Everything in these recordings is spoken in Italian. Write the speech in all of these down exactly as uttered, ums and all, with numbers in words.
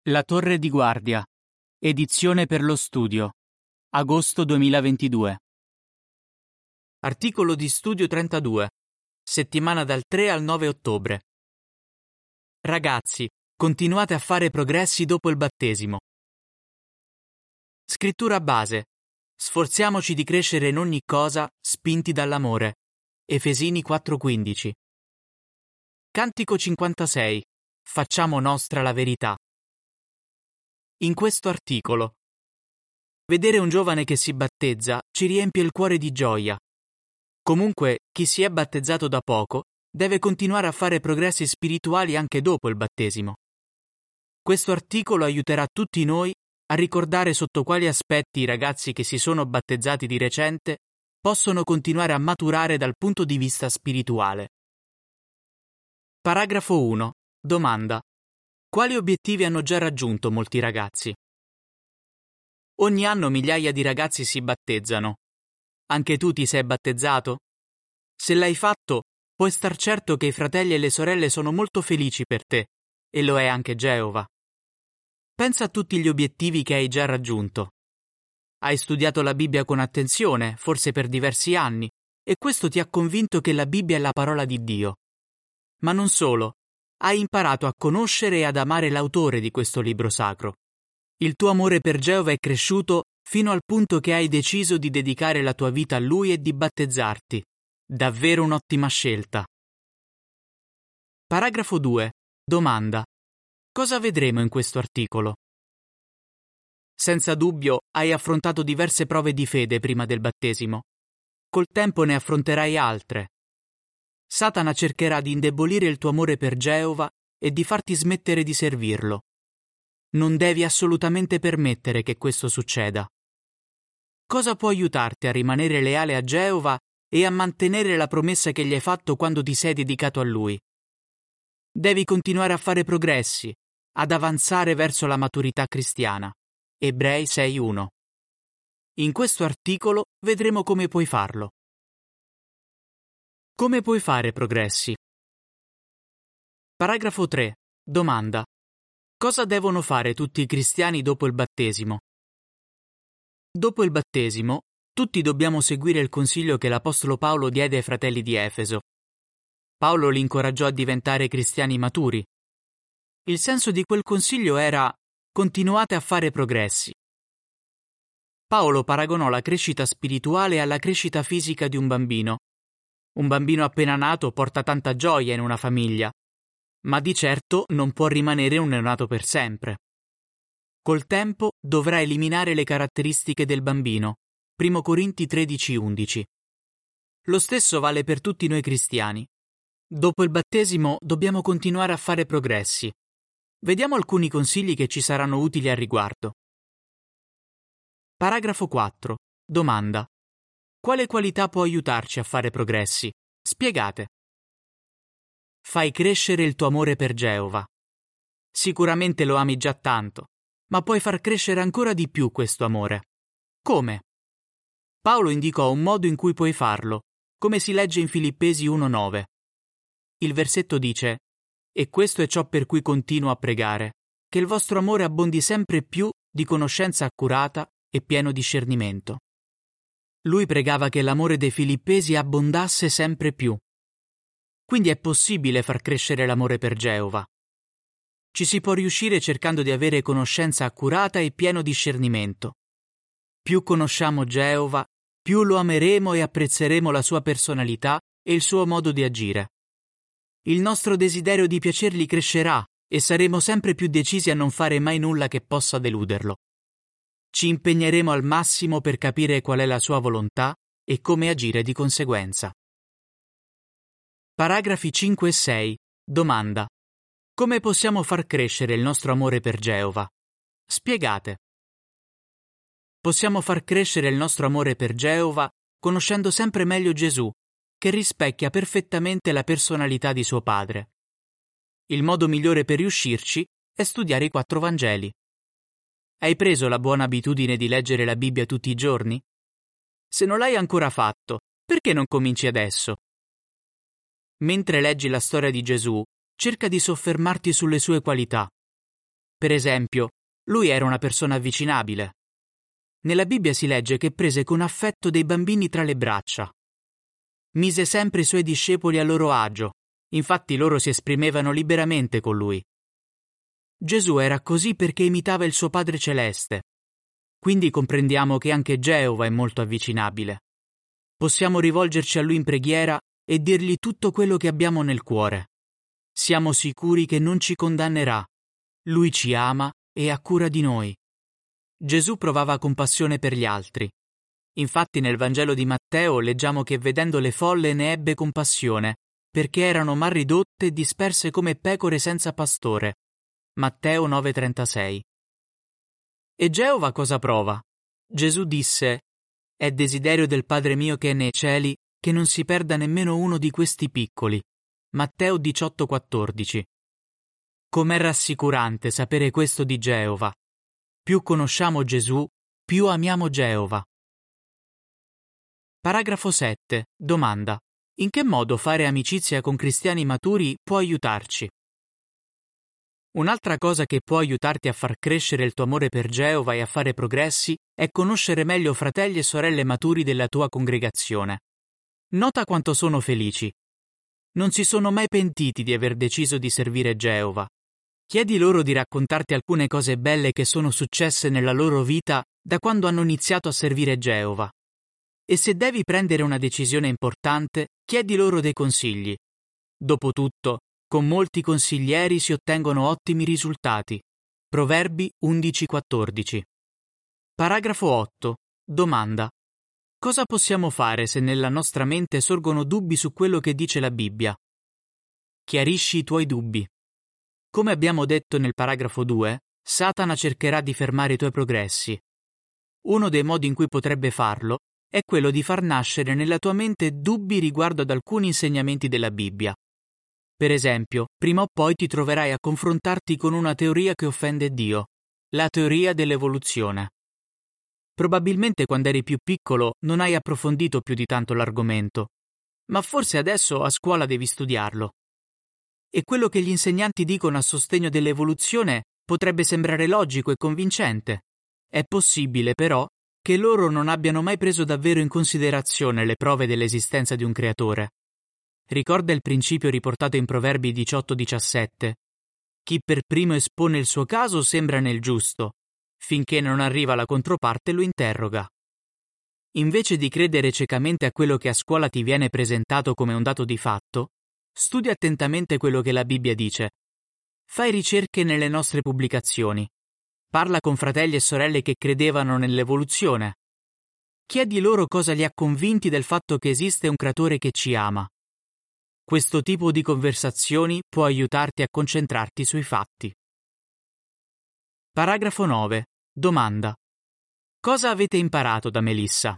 La torre di guardia. Edizione per lo studio. Agosto duemilaventidue. Articolo di studio trentadue. Settimana dal tre al nove ottobre. Ragazzi, continuate a fare progressi dopo il battesimo. Scrittura base. Sforziamoci di crescere in ogni cosa, spinti dall'amore. Efesini quattro quindici. Cantico cinquantasei. Facciamo nostra la verità. In questo articolo, vedere un giovane che si battezza ci riempie il cuore di gioia. Comunque, chi si è battezzato da poco deve continuare a fare progressi spirituali anche dopo il battesimo. Questo articolo aiuterà tutti noi a ricordare sotto quali aspetti i ragazzi che si sono battezzati di recente possono continuare a maturare dal punto di vista spirituale. Paragrafo uno. Domanda. Quali obiettivi hanno già raggiunto molti ragazzi? Ogni anno migliaia di ragazzi si battezzano. Anche tu ti sei battezzato? Se l'hai fatto, puoi star certo che i fratelli e le sorelle sono molto felici per te, e lo è anche Geova. Pensa a tutti gli obiettivi che hai già raggiunto. Hai studiato la Bibbia con attenzione, forse per diversi anni, e questo ti ha convinto che la Bibbia è la parola di Dio. Ma non solo. Hai imparato a conoscere e ad amare l'autore di questo libro sacro. Il tuo amore per Geova è cresciuto fino al punto che hai deciso di dedicare la tua vita a Lui e di battezzarti. Davvero un'ottima scelta. Paragrafo due. Domanda. Cosa vedremo in questo articolo? Senza dubbio hai affrontato diverse prove di fede prima del battesimo. Col tempo ne affronterai altre. Satana cercherà di indebolire il tuo amore per Geova e di farti smettere di servirlo. Non devi assolutamente permettere che questo succeda. Cosa può aiutarti a rimanere leale a Geova e a mantenere la promessa che gli hai fatto quando ti sei dedicato a Lui? Devi continuare a fare progressi, ad avanzare verso la maturità cristiana. Ebrei sei uno. In questo articolo vedremo come puoi farlo. Come puoi fare progressi? Paragrafo tre. Domanda. Cosa devono fare tutti i cristiani dopo il battesimo? Dopo il battesimo, tutti dobbiamo seguire il consiglio che l'Apostolo Paolo diede ai fratelli di Efeso. Paolo li incoraggiò a diventare cristiani maturi. Il senso di quel consiglio era: continuate a fare progressi. Paolo paragonò la crescita spirituale alla crescita fisica di un bambino. Un bambino appena nato porta tanta gioia in una famiglia, ma di certo non può rimanere un neonato per sempre. Col tempo dovrà eliminare le caratteristiche del bambino. Primo Corinti tredici undici. Lo stesso vale per tutti noi cristiani. Dopo il battesimo dobbiamo continuare a fare progressi. Vediamo alcuni consigli che ci saranno utili al riguardo. Paragrafo quattro. Domanda. Quale qualità può aiutarci a fare progressi? Spiegate. Fai crescere il tuo amore per Geova. Sicuramente lo ami già tanto, ma puoi far crescere ancora di più questo amore. Come? Paolo indicò un modo in cui puoi farlo, come si legge in Filippesi uno nove. Il versetto dice: «E questo è ciò per cui continuo a pregare, che il vostro amore abbondi sempre più di conoscenza accurata e pieno discernimento». Lui pregava che l'amore dei Filippesi abbondasse sempre più. Quindi è possibile far crescere l'amore per Geova. Ci si può riuscire cercando di avere conoscenza accurata e pieno discernimento. Più conosciamo Geova, più lo ameremo e apprezzeremo la sua personalità e il suo modo di agire. Il nostro desiderio di piacergli crescerà e saremo sempre più decisi a non fare mai nulla che possa deluderlo. Ci impegneremo al massimo per capire qual è la sua volontà e come agire di conseguenza. Paragrafi cinque e sei. Domanda. Come possiamo far crescere il nostro amore per Geova? Spiegate. Possiamo far crescere il nostro amore per Geova conoscendo sempre meglio Gesù, che rispecchia perfettamente la personalità di suo Padre. Il modo migliore per riuscirci è studiare i quattro Vangeli. Hai preso la buona abitudine di leggere la Bibbia tutti i giorni? Se non l'hai ancora fatto, perché non cominci adesso? Mentre leggi la storia di Gesù, cerca di soffermarti sulle sue qualità. Per esempio, lui era una persona avvicinabile. Nella Bibbia si legge che prese con affetto dei bambini tra le braccia. Mise sempre i suoi discepoli a loro agio, infatti loro si esprimevano liberamente con lui. Gesù era così perché imitava il suo Padre Celeste. Quindi comprendiamo che anche Geova è molto avvicinabile. Possiamo rivolgerci a lui in preghiera e dirgli tutto quello che abbiamo nel cuore. Siamo sicuri che non ci condannerà. Lui ci ama e ha cura di noi. Gesù provava compassione per gli altri. Infatti nel Vangelo di Matteo leggiamo che vedendo le folle ne ebbe compassione, perché erano mal ridotte e disperse come pecore senza pastore. Matteo nove trentasei. E Geova cosa prova? Gesù disse: «È desiderio del Padre mio che è nei cieli che non si perda nemmeno uno di questi piccoli». Matteo diciotto quattordici. Com'è rassicurante sapere questo di Geova. Più conosciamo Gesù, più amiamo Geova. Paragrafo sette. Domanda. In che modo fare amicizia con cristiani maturi può aiutarci? Un'altra cosa che può aiutarti a far crescere il tuo amore per Geova e a fare progressi è conoscere meglio fratelli e sorelle maturi della tua congregazione. Nota quanto sono felici. Non si sono mai pentiti di aver deciso di servire Geova. Chiedi loro di raccontarti alcune cose belle che sono successe nella loro vita da quando hanno iniziato a servire Geova. E se devi prendere una decisione importante, chiedi loro dei consigli. Dopotutto, con molti consiglieri si ottengono ottimi risultati. Proverbi undici quattordici. Paragrafo otto. Domanda. Cosa possiamo fare se nella nostra mente sorgono dubbi su quello che dice la Bibbia? Chiarisci i tuoi dubbi. Come abbiamo detto nel paragrafo due, Satana cercherà di fermare i tuoi progressi. Uno dei modi in cui potrebbe farlo è quello di far nascere nella tua mente dubbi riguardo ad alcuni insegnamenti della Bibbia. Per esempio, prima o poi ti troverai a confrontarti con una teoria che offende Dio, la teoria dell'evoluzione. Probabilmente quando eri più piccolo non hai approfondito più di tanto l'argomento, ma forse adesso a scuola devi studiarlo. E quello che gli insegnanti dicono a sostegno dell'evoluzione potrebbe sembrare logico e convincente. È possibile, però, che loro non abbiano mai preso davvero in considerazione le prove dell'esistenza di un creatore. Ricorda il principio riportato in Proverbi diciotto diciassette. Chi per primo espone il suo caso sembra nel giusto. Finché non arriva la controparte lo interroga. Invece di credere ciecamente a quello che a scuola ti viene presentato come un dato di fatto, studia attentamente quello che la Bibbia dice. Fai ricerche nelle nostre pubblicazioni. Parla con fratelli e sorelle che credevano nell'evoluzione. Chiedi loro cosa li ha convinti del fatto che esiste un creatore che ci ama. Questo tipo di conversazioni può aiutarti a concentrarti sui fatti. Paragrafo nove. Domanda. Cosa avete imparato da Melissa?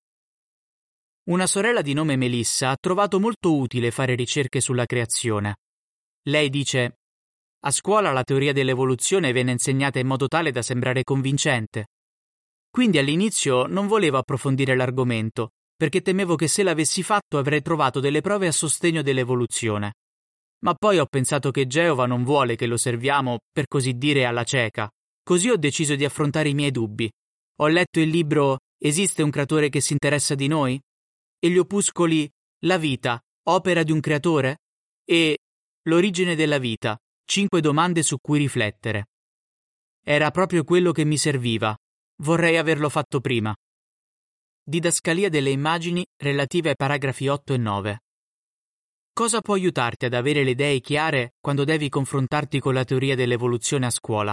Una sorella di nome Melissa ha trovato molto utile fare ricerche sulla creazione. Lei dice: a scuola la teoria dell'evoluzione viene insegnata in modo tale da sembrare convincente. Quindi all'inizio non volevo approfondire l'argomento, perché temevo che se l'avessi fatto avrei trovato delle prove a sostegno dell'evoluzione. Ma poi ho pensato che Geova non vuole che lo serviamo, per così dire, alla cieca. Così ho deciso di affrontare i miei dubbi. Ho letto il libro Esiste un creatore che si interessa di noi? E gli opuscoli La vita, opera di un creatore? E L'origine della vita, cinque domande su cui riflettere. Era proprio quello che mi serviva. Vorrei averlo fatto prima. Didascalia delle immagini relative ai paragrafi otto e nove. Cosa può aiutarti ad avere le idee chiare quando devi confrontarti con la teoria dell'evoluzione a scuola?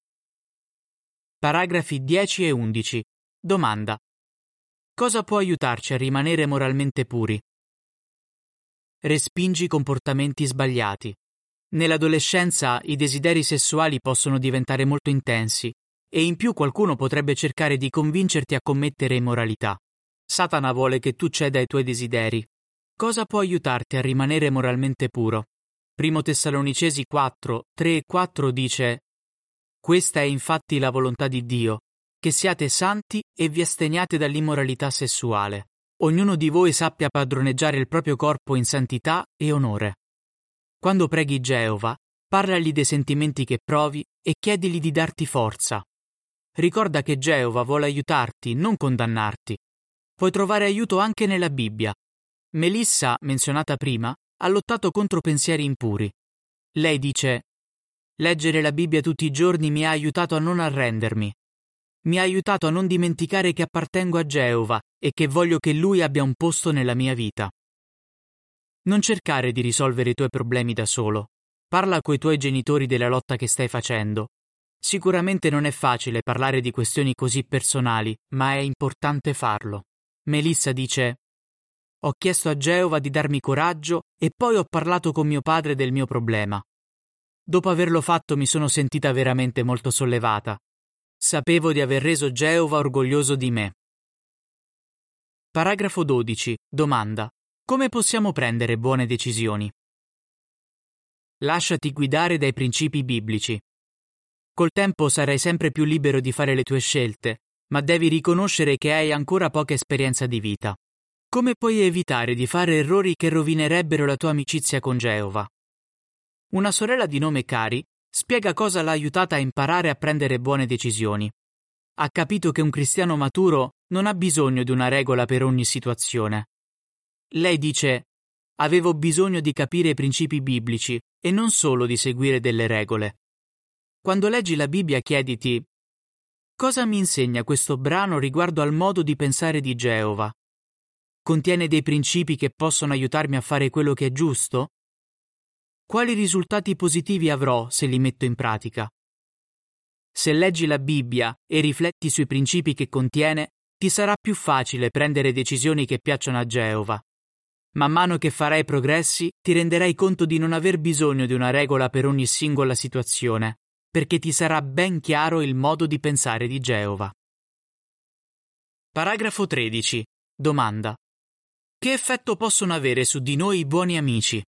Paragrafi dieci e undici. Domanda. Cosa può aiutarci a rimanere moralmente puri? Respingi comportamenti sbagliati. Nell'adolescenza i desideri sessuali possono diventare molto intensi e in più qualcuno potrebbe cercare di convincerti a commettere immoralità. Satana vuole che tu ceda ai tuoi desideri. Cosa può aiutarti a rimanere moralmente puro? Primo Tessalonicesi quattro, tre e quattro dice: questa è infatti la volontà di Dio, che siate santi e vi asteniate dall'immoralità sessuale. Ognuno di voi sappia padroneggiare il proprio corpo in santità e onore. Quando preghi Geova, Parlagli dei sentimenti che provi e chiedigli di darti forza. Ricorda che Geova vuole aiutarti, non condannarti. Puoi trovare aiuto anche nella Bibbia. Melissa, menzionata prima, ha lottato contro pensieri impuri. Lei dice: leggere la Bibbia tutti i giorni mi ha aiutato a non arrendermi. Mi ha aiutato a non dimenticare che appartengo a Geova e che voglio che Lui abbia un posto nella mia vita. Non cercare di risolvere i tuoi problemi da solo. Parla coi tuoi genitori della lotta che stai facendo. Sicuramente non è facile parlare di questioni così personali, ma è importante farlo. Melissa dice: ho chiesto a Geova di darmi coraggio e poi ho parlato con mio padre del mio problema. Dopo averlo fatto mi sono sentita veramente molto sollevata. Sapevo di aver reso Geova orgoglioso di me. Paragrafo dodici. Domanda: come possiamo prendere buone decisioni? Lasciati guidare dai principi biblici. Col tempo sarai sempre più libero di fare le tue scelte, ma devi riconoscere che hai ancora poca esperienza di vita. Come puoi evitare di fare errori che rovinerebbero la tua amicizia con Geova? Una sorella di nome Cari spiega cosa l'ha aiutata a imparare a prendere buone decisioni. Ha capito che un cristiano maturo non ha bisogno di una regola per ogni situazione. Lei dice: avevo bisogno di capire i principi biblici e non solo di seguire delle regole. Quando leggi la Bibbia chiediti: cosa mi insegna questo brano riguardo al modo di pensare di Geova? Contiene dei principi che possono aiutarmi a fare quello che è giusto? Quali risultati positivi avrò se li metto in pratica? Se leggi la Bibbia e rifletti sui principi che contiene, ti sarà più facile prendere decisioni che piacciono a Geova. Man mano che farai progressi, ti renderai conto di non aver bisogno di una regola per ogni singola situazione, perché ti sarà ben chiaro il modo di pensare di Geova. Paragrafo tredici. Domanda: che effetto possono avere su di noi i buoni amici?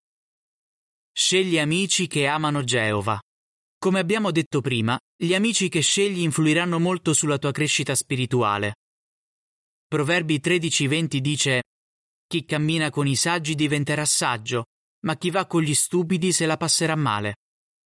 Scegli amici che amano Geova. Come abbiamo detto prima, gli amici che scegli influiranno molto sulla tua crescita spirituale. Proverbi tredici venti dice: chi cammina con i saggi diventerà saggio, ma chi va con gli stupidi se la passerà male.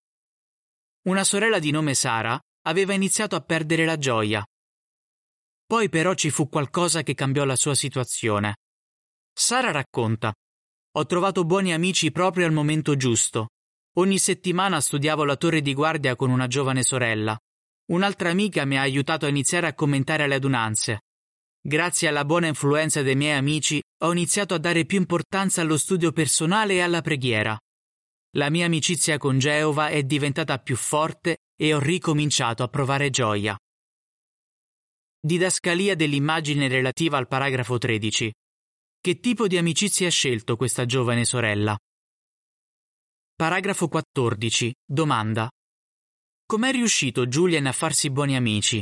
Una sorella di nome Sara aveva iniziato a perdere la gioia. Poi però ci fu qualcosa che cambiò la sua situazione. Sara racconta: ho trovato buoni amici proprio al momento giusto. Ogni settimana studiavo la torre di guardia con una giovane sorella. Un'altra amica mi ha aiutato a iniziare a commentare le adunanze. Grazie alla buona influenza dei miei amici, ho iniziato a dare più importanza allo studio personale e alla preghiera. La mia amicizia con Geova è diventata più forte e ho ricominciato a provare gioia. Didascalia dell'immagine relativa al paragrafo tredici. Che tipo di amicizia ha scelto questa giovane sorella? Paragrafo quattordici. Domanda: com'è riuscito Julian a farsi buoni amici?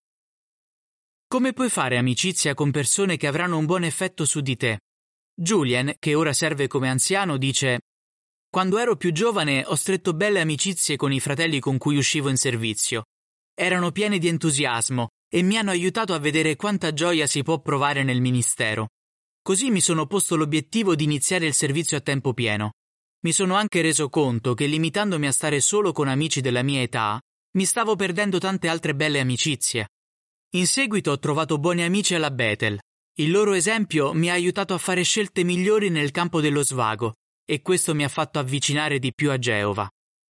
Come puoi fare amicizia con persone che avranno un buon effetto su di te? Julian, che ora serve come anziano, dice: quando ero più giovane ho stretto belle amicizie con i fratelli con cui uscivo in servizio. Erano pieni di entusiasmo e mi hanno aiutato a vedere quanta gioia si può provare nel ministero. Così mi sono posto l'obiettivo di iniziare il servizio a tempo pieno. Mi sono anche reso conto che limitandomi a stare solo con amici della mia età, mi stavo perdendo tante altre belle amicizie. In seguito ho trovato buoni amici alla Bethel. Il loro esempio mi ha aiutato a fare scelte migliori nel campo dello svago e questo mi ha fatto avvicinare di più a Geova.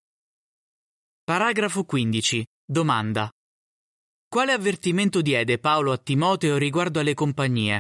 Paragrafo quindici. Domanda: quale avvertimento diede Paolo a Timoteo riguardo alle compagnie?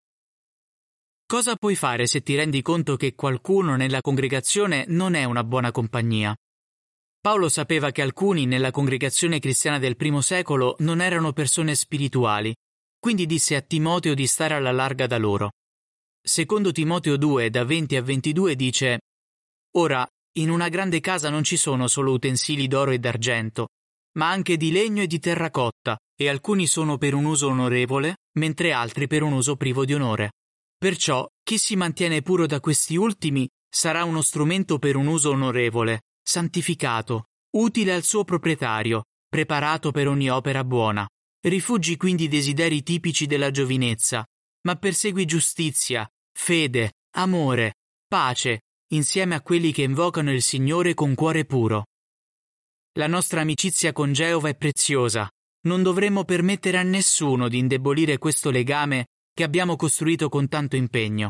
Cosa puoi fare se ti rendi conto che qualcuno nella congregazione non è una buona compagnia? Paolo sapeva che alcuni nella congregazione cristiana del primo secolo non erano persone spirituali, quindi disse a Timoteo di stare alla larga da loro. Secondo Timoteo due, da venti a ventidue dice: ora, in una grande casa non ci sono solo utensili d'oro e d'argento, ma anche di legno e di terracotta, e alcuni sono per un uso onorevole, mentre altri per un uso privo di onore. Perciò, chi si mantiene puro da questi ultimi sarà uno strumento per un uso onorevole, santificato, utile al suo proprietario, preparato per ogni opera buona. Rifuggi quindi i desideri tipici della giovinezza, ma persegui giustizia, fede, amore, pace, insieme a quelli che invocano il Signore con cuore puro. La nostra amicizia con Geova è preziosa. Non dovremmo permettere a nessuno di indebolire questo legame che abbiamo costruito con tanto impegno.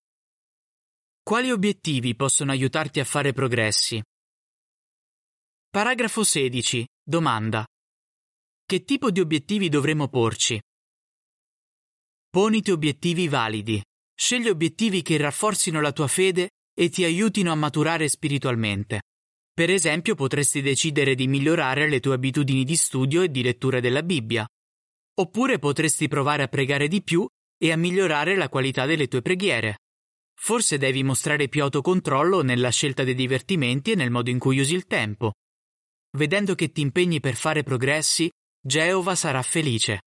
Quali obiettivi possono aiutarti a fare progressi? Paragrafo sedici. Domanda. Che tipo di obiettivi dovremmo porci? Poniti obiettivi validi. Scegli obiettivi che rafforzino la tua fede e ti aiutino a maturare spiritualmente. Per esempio, potresti decidere di migliorare le tue abitudini di studio e di lettura della Bibbia. Oppure potresti provare a pregare di più e a migliorare la qualità delle tue preghiere. Forse devi mostrare più autocontrollo nella scelta dei divertimenti e nel modo in cui usi il tempo. Vedendo che ti impegni per fare progressi, Geova sarà felice.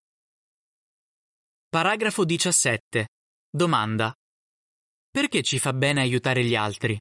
Paragrafo diciassette. Domanda. Perché ci fa bene aiutare gli altri?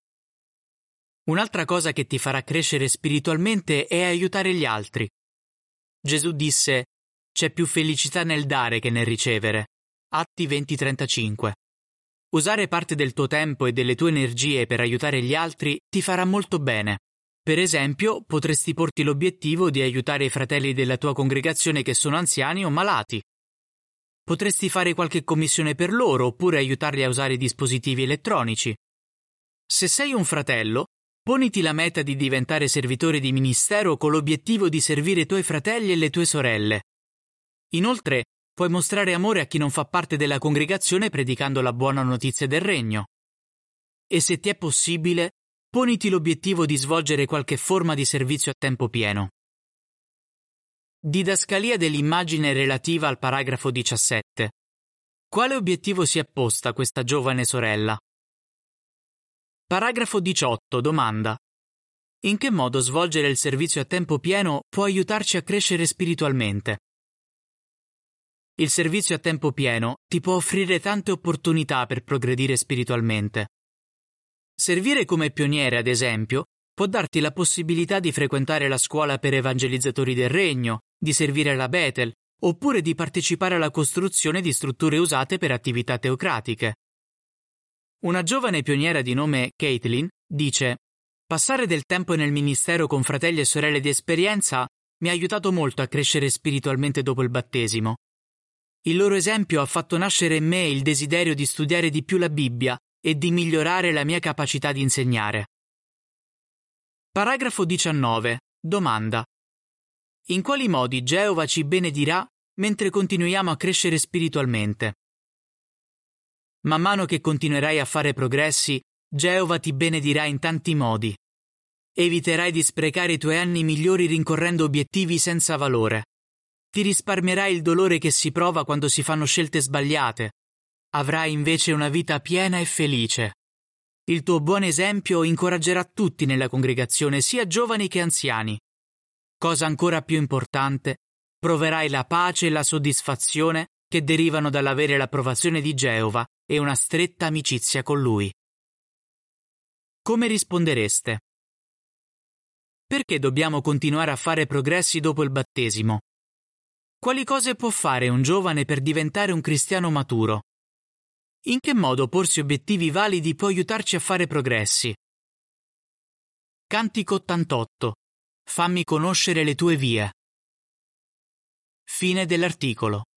Un'altra cosa che ti farà crescere spiritualmente è aiutare gli altri. Gesù disse: c'è più felicità nel dare che nel ricevere. Atti venti trentacinque. Usare parte del tuo tempo e delle tue energie per aiutare gli altri ti farà molto bene. Per esempio, potresti porti l'obiettivo di aiutare i fratelli della tua congregazione che sono anziani o malati. Potresti fare qualche commissione per loro oppure aiutarli a usare i dispositivi elettronici. Se sei un fratello, poniti la meta di diventare servitore di ministero con l'obiettivo di servire i tuoi fratelli e le tue sorelle. Inoltre, puoi mostrare amore a chi non fa parte della congregazione predicando la buona notizia del regno. E se ti è possibile, poniti l'obiettivo di svolgere qualche forma di servizio a tempo pieno. Didascalia dell'immagine relativa al paragrafo diciassette. Quale obiettivo si è posta questa giovane sorella? Paragrafo diciotto. Domanda. In che modo svolgere il servizio a tempo pieno può aiutarci a crescere spiritualmente? Il servizio a tempo pieno ti può offrire tante opportunità per progredire spiritualmente. Servire come pioniere, ad esempio, può darti la possibilità di frequentare la scuola per evangelizzatori del regno, di servire alla Bethel, oppure di partecipare alla costruzione di strutture usate per attività teocratiche. Una giovane pioniera di nome Caitlin dice: passare del tempo nel ministero con fratelli e sorelle di esperienza mi ha aiutato molto a crescere spiritualmente dopo il battesimo. Il loro esempio ha fatto nascere in me il desiderio di studiare di più la Bibbia e di migliorare la mia capacità di insegnare. Paragrafo diciannove. Domanda. In quali modi Geova ci benedirà mentre continuiamo a crescere spiritualmente? Man mano che continuerai a fare progressi, Geova ti benedirà in tanti modi. Eviterai di sprecare i tuoi anni migliori rincorrendo obiettivi senza valore. Ti risparmierai il dolore che si prova quando si fanno scelte sbagliate. Avrai invece una vita piena e felice. Il tuo buon esempio incoraggerà tutti nella congregazione, sia giovani che anziani. Cosa ancora più importante, proverai la pace e la soddisfazione che derivano dall'avere l'approvazione di Geova e una stretta amicizia con Lui. Come rispondereste? Perché dobbiamo continuare a fare progressi dopo il battesimo? Quali cose può fare un giovane per diventare un cristiano maturo? In che modo porsi obiettivi validi può aiutarci a fare progressi? Cantico ottantotto. Fammi conoscere le tue vie. Fine dell'articolo.